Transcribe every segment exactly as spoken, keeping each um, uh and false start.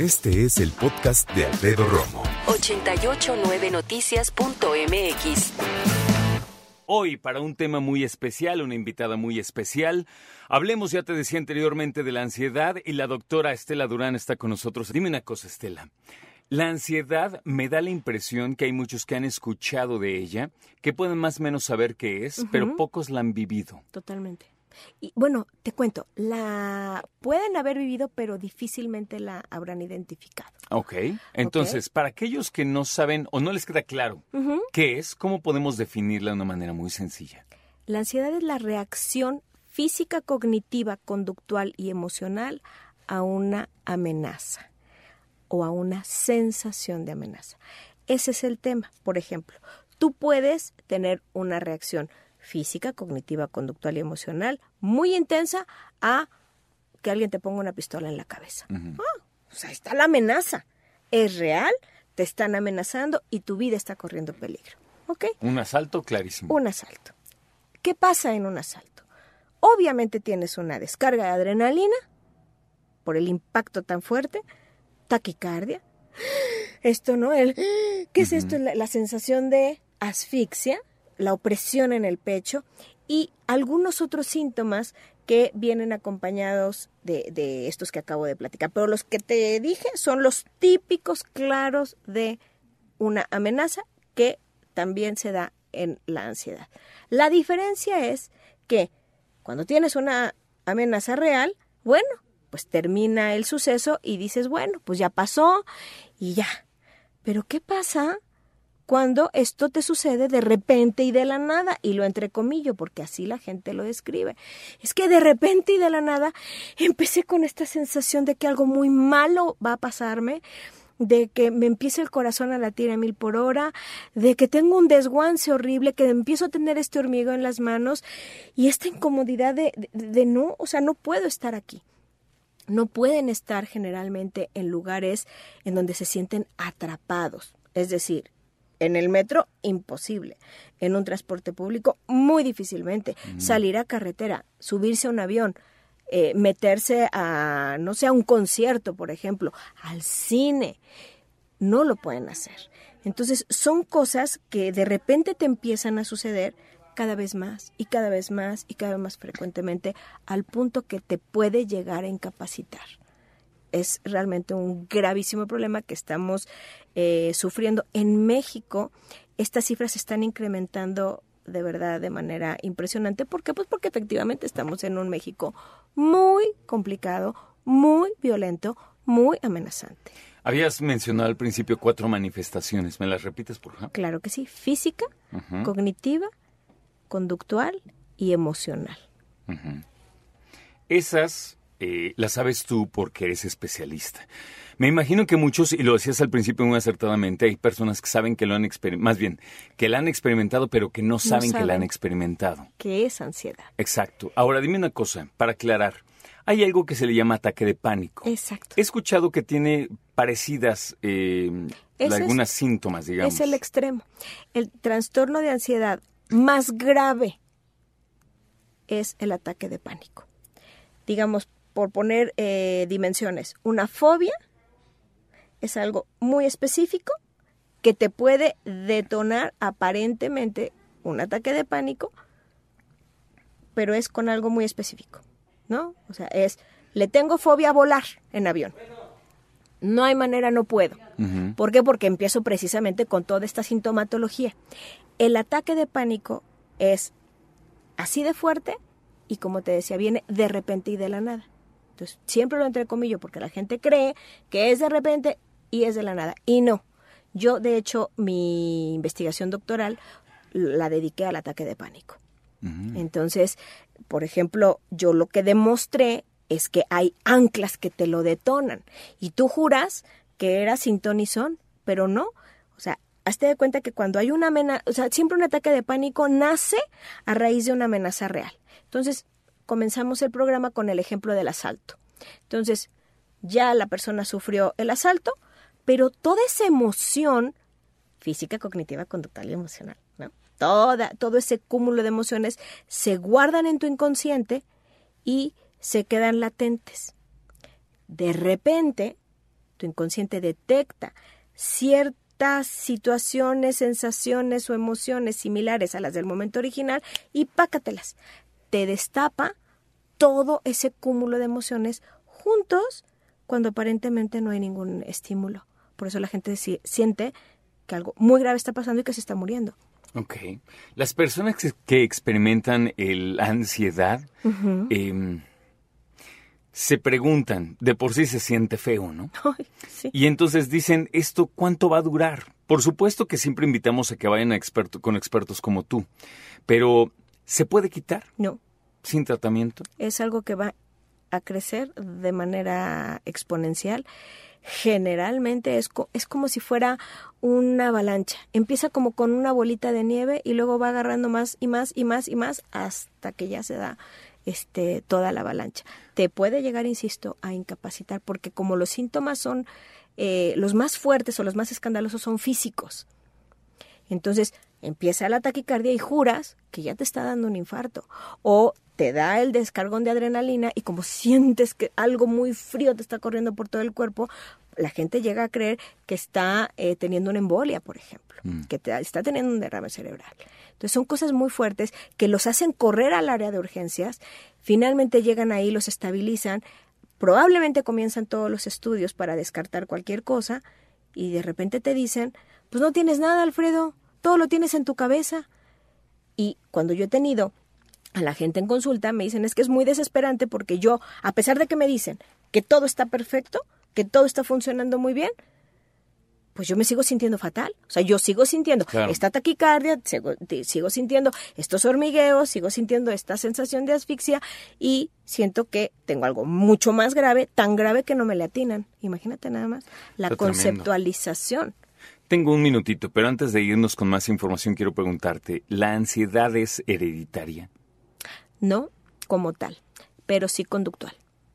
Este es el podcast de Alfredo Romo. ochenta y ocho nueve noticias punto m x. Hoy, para un tema muy especial, una invitada muy especial, hablemos, ya te decía anteriormente, de la ansiedad y la doctora Estela Durán está con nosotros. Dime una cosa, Estela. La ansiedad me da la impresión que hay muchos que han escuchado de ella, que pueden más o menos saber qué es, uh-huh. pero pocos la han vivido. Totalmente. Y bueno, te cuento, la pueden haber vivido, pero difícilmente la habrán identificado. Ok, entonces, okay. para aquellos que no saben o no les queda claro uh-huh. qué es, ¿cómo podemos definirla de una manera muy sencilla? La ansiedad es la reacción física, cognitiva, conductual y emocional a una amenaza o a una sensación de amenaza. Ese es el tema. Por ejemplo, tú puedes tener una reacción física, cognitiva, conductual y emocional muy intensa a que alguien te ponga una pistola en la cabeza. Uh-huh. Ah, o sea, está la amenaza. Es real, te están amenazando y tu vida está corriendo peligro. ¿Ok? Un asalto clarísimo. Un asalto. ¿Qué pasa en un asalto? Obviamente tienes una descarga de adrenalina por el impacto tan fuerte, taquicardia. Esto no, el ¿qué es uh-huh. esto? La, la sensación de asfixia, la opresión en el pecho y algunos otros síntomas que vienen acompañados de, de estos que acabo de platicar. Pero los que te dije son los típicos claros de una amenaza que también se da en la ansiedad. La diferencia es que cuando tienes una amenaza real, bueno, pues termina el suceso y dices, bueno, pues ya pasó y ya. Pero ¿qué pasa cuando esto te sucede de repente y de la nada? Y lo entrecomillo porque así la gente lo describe. Es que de repente y de la nada empecé con esta sensación de que algo muy malo va a pasarme, de que me empieza el corazón a latir a mil por hora, de que tengo un desguance horrible, que empiezo a tener este hormigueo en las manos y esta incomodidad de, de, de no, o sea, no puedo estar aquí. No pueden estar generalmente en lugares en donde se sienten atrapados, es decir, en el metro, imposible. En un transporte público, muy difícilmente. Mm. Salir a carretera, subirse a un avión, eh, meterse a, no sé, a un concierto, por ejemplo, al cine. No lo pueden hacer. Entonces, son cosas que de repente te empiezan a suceder cada vez más y cada vez más y cada vez más frecuentemente, al punto que te puede llegar a incapacitar. Es realmente un gravísimo problema que estamos eh, sufriendo. En México, estas cifras se están incrementando de verdad de manera impresionante. ¿Por qué? Pues porque efectivamente estamos en un México muy complicado, muy violento, muy amenazante. Habías mencionado al principio cuatro manifestaciones. ¿Me las repites, por favor? Claro que sí. Física, uh-huh. cognitiva, conductual y emocional. Uh-huh. Esas eh, las sabes tú porque eres especialista. Me imagino que muchos, y lo decías al principio muy acertadamente, hay personas que saben que lo han experimentado, más bien, que la han experimentado, pero que no saben, no saben que la han experimentado. ¿Qué es ansiedad? Exacto. Ahora, dime una cosa, para aclarar. Hay algo que se le llama ataque de pánico. Exacto. He escuchado que tiene parecidas eh, algunos es, síntomas, digamos. Es el extremo. El trastorno de ansiedad más grave es el ataque de pánico. Digamos, por poner eh, dimensiones, una fobia es algo muy específico que te puede detonar aparentemente un ataque de pánico, pero es con algo muy específico, ¿no? O sea, es, le tengo fobia a volar en avión. No hay manera, no puedo. Uh-huh. ¿Por qué? Porque empiezo precisamente con toda esta sintomatología. El ataque de pánico es así de fuerte y, como te decía, viene de repente y de la nada. Entonces, siempre lo entrecomillo porque la gente cree que es de repente y es de la nada. Y no. Yo, de hecho, mi investigación doctoral la dediqué al ataque de pánico. Uh-huh. Entonces, por ejemplo, yo lo que demostré es que hay anclas que te lo detonan. Y tú juras que era sin ton ni son, pero no. O sea, hazte de cuenta que cuando hay una amenaza, o sea, siempre un ataque de pánico nace a raíz de una amenaza real. Entonces, comenzamos el programa con el ejemplo del asalto. Entonces, ya la persona sufrió el asalto, pero toda esa emoción física, cognitiva, conductual y emocional, ¿no? Toda, todo ese cúmulo de emociones se guardan en tu inconsciente y se quedan latentes. De repente, Tu inconsciente detecta ciertas situaciones, sensaciones o emociones similares a las del momento original y pácatelas. Te destapa todo ese cúmulo de emociones juntos cuando aparentemente no hay ningún estímulo. Por eso la gente si- siente que algo muy grave está pasando y que se está muriendo. Ok. Las personas que, que experimentan el, la ansiedad Uh-huh. eh, se preguntan, de por sí se siente feo, ¿no? Ay, sí. Y entonces dicen, ¿esto cuánto va a durar? Por supuesto que siempre invitamos a que vayan a experto, con expertos como tú, pero ¿se puede quitar No, sin tratamiento? es algo que va a crecer de manera exponencial. Generalmente es, co- es como si fuera una avalancha. Empieza como con una bolita de nieve y luego va agarrando más y más y más y más hasta que ya se da este, toda la avalancha. Te puede llegar, insisto, a incapacitar porque como los síntomas son eh, los más fuertes o los más escandalosos son físicos. Entonces empieza la taquicardia y juras que ya te está dando un infarto. O te da el descargón de adrenalina y como sientes que algo muy frío te está corriendo por todo el cuerpo, la gente llega a creer que está eh, teniendo una embolia, por ejemplo, mm. que te, está teniendo un derrame cerebral. Entonces son cosas muy fuertes que los hacen correr al área de urgencias, finalmente llegan ahí, los estabilizan, probablemente comienzan todos los estudios para descartar cualquier cosa y de repente te dicen, pues no tienes nada, Alfredo, todo lo tienes en tu cabeza. Y cuando yo he tenido a la gente en consulta, me dicen, es que es muy desesperante porque yo, a pesar de que me dicen que todo está perfecto, que todo está funcionando muy bien, pues yo me sigo sintiendo fatal. O sea, yo sigo sintiendo claro. esta taquicardia, sigo, sigo sintiendo estos hormigueos, sigo sintiendo esta sensación de asfixia y siento que tengo algo mucho más grave, tan grave que no me le atinan. Imagínate nada más la está conceptualización. Tremendo. Tengo un minutito, pero antes de irnos con más información quiero preguntarte, ¿la ansiedad es hereditaria? No como tal, pero sí conductual.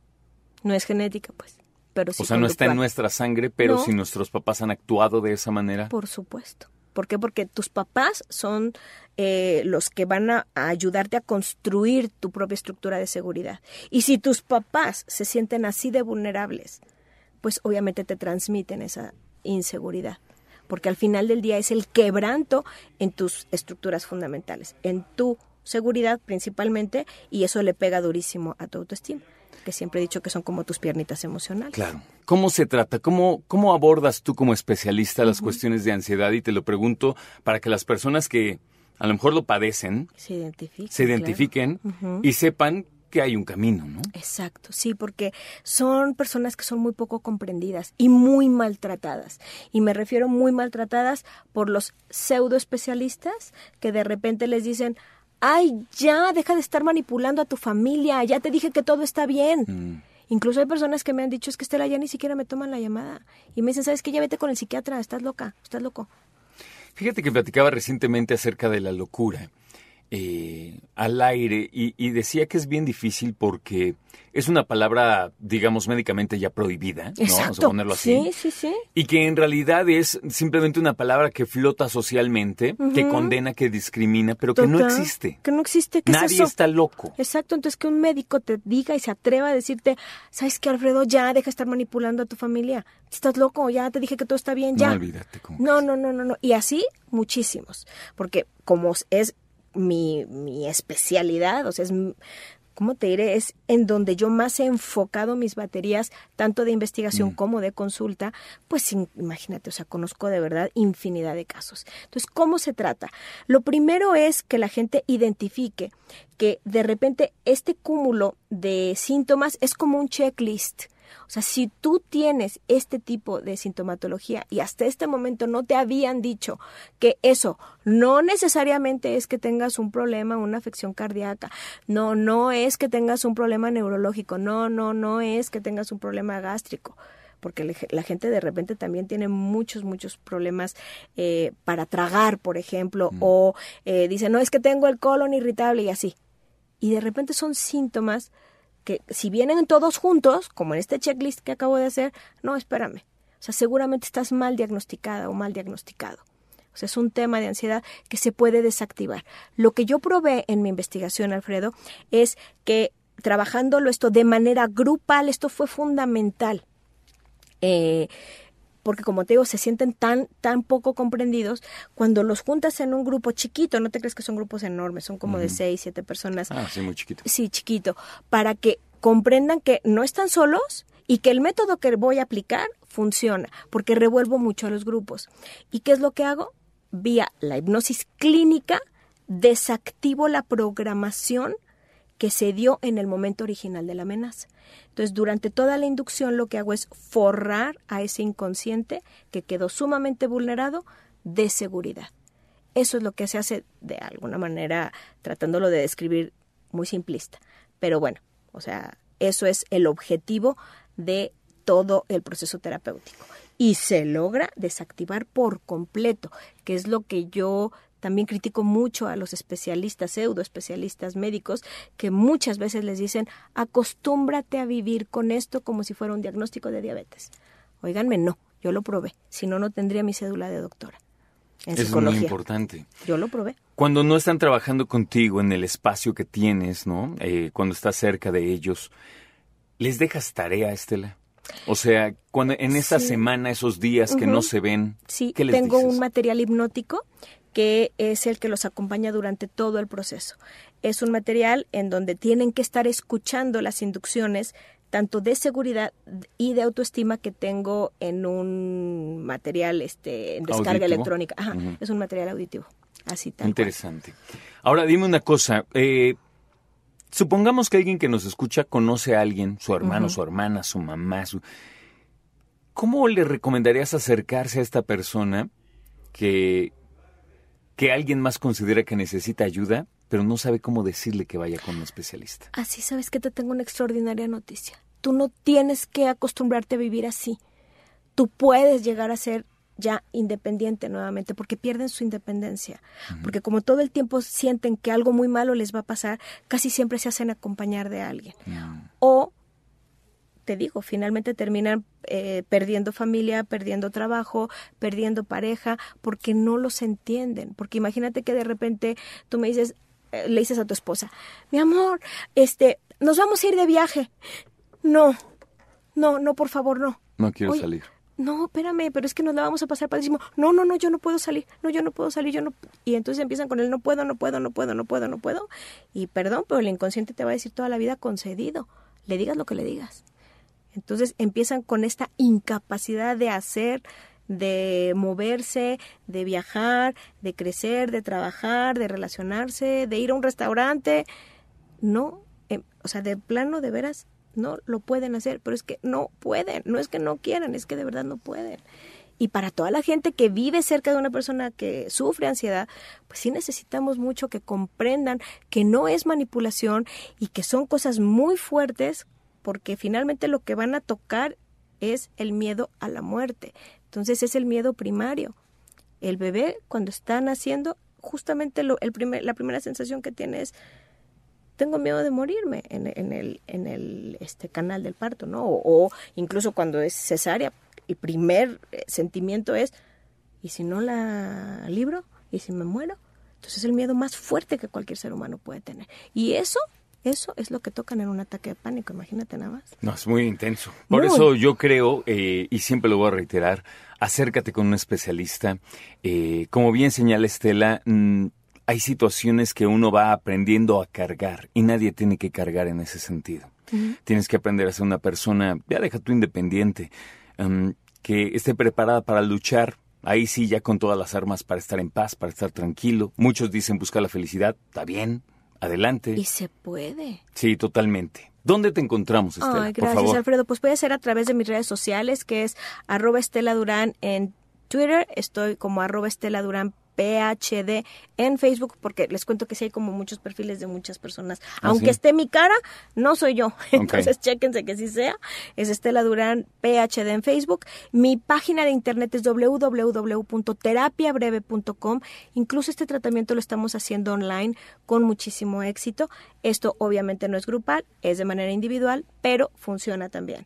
No es genética, pues, pero sí O sea, conductual. no está en nuestra sangre, pero no. si nuestros papás han actuado de esa manera. Por supuesto. ¿Por qué? Porque tus papás son eh, los que van a, a ayudarte a construir tu propia estructura de seguridad. Y si tus papás se sienten así de vulnerables, pues obviamente te transmiten esa inseguridad. Porque al final del día es el quebranto en tus estructuras fundamentales, en tu seguridad principalmente, y eso le pega durísimo a tu autoestima, que siempre he dicho que son como tus piernitas emocionales. Claro. ¿Cómo se trata? ¿Cómo, cómo abordas tú como especialista las uh-huh. cuestiones de ansiedad? Y te lo pregunto para que las personas que a lo mejor lo padecen se identifiquen, se identifiquen claro. uh-huh. y sepan que hay un camino, ¿no? Exacto, sí, porque son personas que son muy poco comprendidas y muy maltratadas. Y me refiero muy maltratadas por los pseudo especialistas que de repente les dicen, ay, ya, deja de estar manipulando a tu familia, ya te dije que todo está bien. Mm. Incluso hay personas que me han dicho, es que Estela, ya ni siquiera me toman la llamada. Y me dicen, ¿sabes qué? Ya vete con el psiquiatra, estás loca, estás loco. Fíjate que platicaba recientemente acerca de la locura. Eh, al aire y, y decía que es bien difícil porque es una palabra, digamos, médicamente ya prohibida, ¿no? Exacto. Vamos a ponerlo así. Sí, sí, sí. Y que en realidad es simplemente una palabra que flota socialmente, uh-huh. que condena, que discrimina, pero Total, que no existe. Que no existe. ¿Qué Nadie es eso? está loco. Exacto. Entonces que un médico te diga y se atreva a decirte, ¿sabes qué, Alfredo? Ya, deja de estar manipulando a tu familia. Estás loco, ya te dije que todo está bien, ya. No, olvídate. No, no, no, no, no. Y así muchísimos. Porque como es mi, mi especialidad, o sea, es, ¿cómo te diré? Es en donde yo más he enfocado mis baterías, tanto de investigación mm. como de consulta, pues imagínate, o sea, conozco de verdad infinidad de casos. Entonces, ¿cómo se trata? Lo primero es que la gente identifique que de repente este cúmulo de síntomas es como un checklist. O sea, si tú tienes este tipo de sintomatología y hasta este momento no te habían dicho que eso no necesariamente es que tengas un problema, una afección cardíaca, no, no es que tengas un problema neurológico, no, no, no es que tengas un problema gástrico, porque la gente de repente también tiene muchos, muchos problemas eh, para tragar, por ejemplo, mm. o eh, dice, no, es que tengo el colon irritable y así. Y de repente son síntomas que si vienen todos juntos, como en este checklist que acabo de hacer, no, espérame. O sea, seguramente estás mal diagnosticada o mal diagnosticado. O sea, es un tema de ansiedad que se puede desactivar. Lo que yo probé en mi investigación, Alfredo, es que trabajándolo esto de manera grupal, esto fue fundamental. Eh, porque como te digo, se sienten tan, tan poco comprendidos. Cuando los juntas en un grupo chiquito, no te crees que son grupos enormes, son como uh-huh. de seis, siete personas. Ah, sí, muy chiquito. Sí, chiquito. Para que comprendan que no están solos y que el método que voy a aplicar funciona, porque revuelvo mucho a los grupos. ¿Y qué es lo que hago? Vía la hipnosis clínica, desactivo la programación que se dio en el momento original de la amenaza. Entonces, durante toda la inducción lo que hago es forrar a ese inconsciente que quedó sumamente vulnerado de seguridad. Eso es lo que se hace de alguna manera, tratándolo de describir muy simplista. Pero bueno, o sea, eso es el objetivo de todo el proceso terapéutico. Y se logra desactivar por completo, que es lo que yo también critico mucho a los especialistas, pseudoespecialistas médicos, que muchas veces les dicen, acostúmbrate a vivir con esto como si fuera un diagnóstico de diabetes. Óiganme, no, yo lo probé, si no, no tendría mi cédula de doctora en Eso psicología. Es muy importante. Yo lo probé. Cuando no están trabajando contigo en el espacio que tienes, ¿no? Eh, cuando estás cerca de ellos, ¿les dejas tarea, Estela? O sea, cuando en esa sí. semana, esos días uh-huh. que no se ven, sí, ¿qué les tengo dices? Un material hipnótico que es el que los acompaña durante todo el proceso. Es un material en donde tienen que estar escuchando las inducciones tanto de seguridad y de autoestima que tengo en un material este, en descarga ¿Auditivo? Electrónica. Ajá, uh-huh. Es un material auditivo. Así tal Interesante. Cual. Ahora, dime una cosa. Eh, supongamos que alguien que nos escucha conoce a alguien, su hermano, uh-huh. su hermana, su mamá. Su... ¿Cómo le recomendarías acercarse a esta persona que... que alguien más considera que necesita ayuda, pero no sabe cómo decirle que vaya con un especialista? Así, ¿sabes que te tengo una extraordinaria noticia? Tú no tienes que acostumbrarte a vivir así. Tú puedes llegar a ser ya independiente nuevamente, porque pierden su independencia. Uh-huh. Porque como todo el tiempo sienten que algo muy malo les va a pasar, casi siempre se hacen acompañar de alguien. Uh-huh. O... te digo, finalmente terminan eh, perdiendo familia, perdiendo trabajo, perdiendo pareja, porque no los entienden. Porque imagínate que de repente tú me dices, eh, le dices a tu esposa, mi amor, este, nos vamos a ir de viaje. No, no, no, por favor, no. No quiero Oye, salir. No, espérame, pero es que nos la vamos a pasar padrísimo. No, no, no, yo no puedo salir. No, yo no puedo salir, yo no. Y entonces empiezan con el no puedo, no puedo, no puedo, no puedo, no puedo. Y perdón, pero el inconsciente te va a decir toda la vida concedido. Le digas lo que le digas. Entonces empiezan con esta incapacidad de hacer, de moverse, de viajar, de crecer, de trabajar, de relacionarse, de ir a un restaurante. No, eh, o sea, de plano, de veras, no lo pueden hacer, pero es que no pueden, no es que no quieran, es que de verdad no pueden. Y para toda la gente que vive cerca de una persona que sufre ansiedad, pues sí necesitamos mucho que comprendan que no es manipulación y que son cosas muy fuertes, porque finalmente lo que van a tocar es el miedo a la muerte. Entonces es el miedo primario. El bebé, cuando está naciendo, justamente lo, el primer, la primera sensación que tiene es, tengo miedo de morirme en, en el, en el este, canal del parto, ¿no? O, o incluso cuando es cesárea, el primer sentimiento es, ¿y si no la libro? ¿Y si me muero? Entonces es el miedo más fuerte que cualquier ser humano puede tener. Y eso... Eso es lo que tocan en un ataque de pánico, imagínate nada más. No, es muy intenso. Por muy. eso yo creo, eh, y siempre lo voy a reiterar, acércate con un especialista. Eh, como bien señala Estela, mmm, hay situaciones que uno va aprendiendo a cargar y nadie tiene que cargar en ese sentido. Uh-huh. Tienes que aprender a ser una persona, ya deja tú independiente, um, que esté preparada para luchar. Ahí sí, ya con todas las armas para estar en paz, para estar tranquilo. Muchos dicen buscar la felicidad, está bien. Adelante. Y se puede. Sí, totalmente. ¿Dónde te encontramos, Estela? Ay, gracias, por favor. Alfredo. Pues puede ser a través de mis redes sociales, que es arroba Estela Durán en Twitter. Estoy como arroba Estela Durán P H D en Facebook, porque les cuento que sí hay como muchos perfiles de muchas personas. ¿Ah, Aunque sí? esté mi cara, no soy yo. Okay. Entonces, chéquense que sí sea. Es Estela Durán P H D en Facebook. Mi página de internet es doble u doble u doble u punto terapia breve punto com. Incluso este tratamiento lo estamos haciendo online con muchísimo éxito. Esto obviamente no es grupal, es de manera individual, pero funciona también.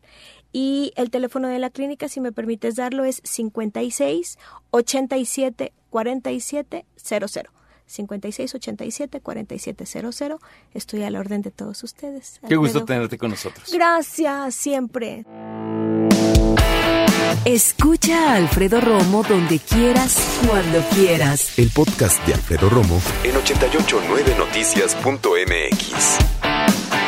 Y el teléfono de la clínica, si me permites darlo, es cincuenta y seis, ochenta y siete, cuarenta y siete, cero cero. cincuenta y seis, ochenta y siete, cuarenta y siete, cero cero. Estoy a la orden de todos ustedes. Qué gusto Alfredo. tenerte con nosotros. Gracias, siempre. Escucha a Alfredo Romo donde quieras, cuando quieras. El podcast de Alfredo Romo en ochenta y ocho punto nueve noticias punto m x.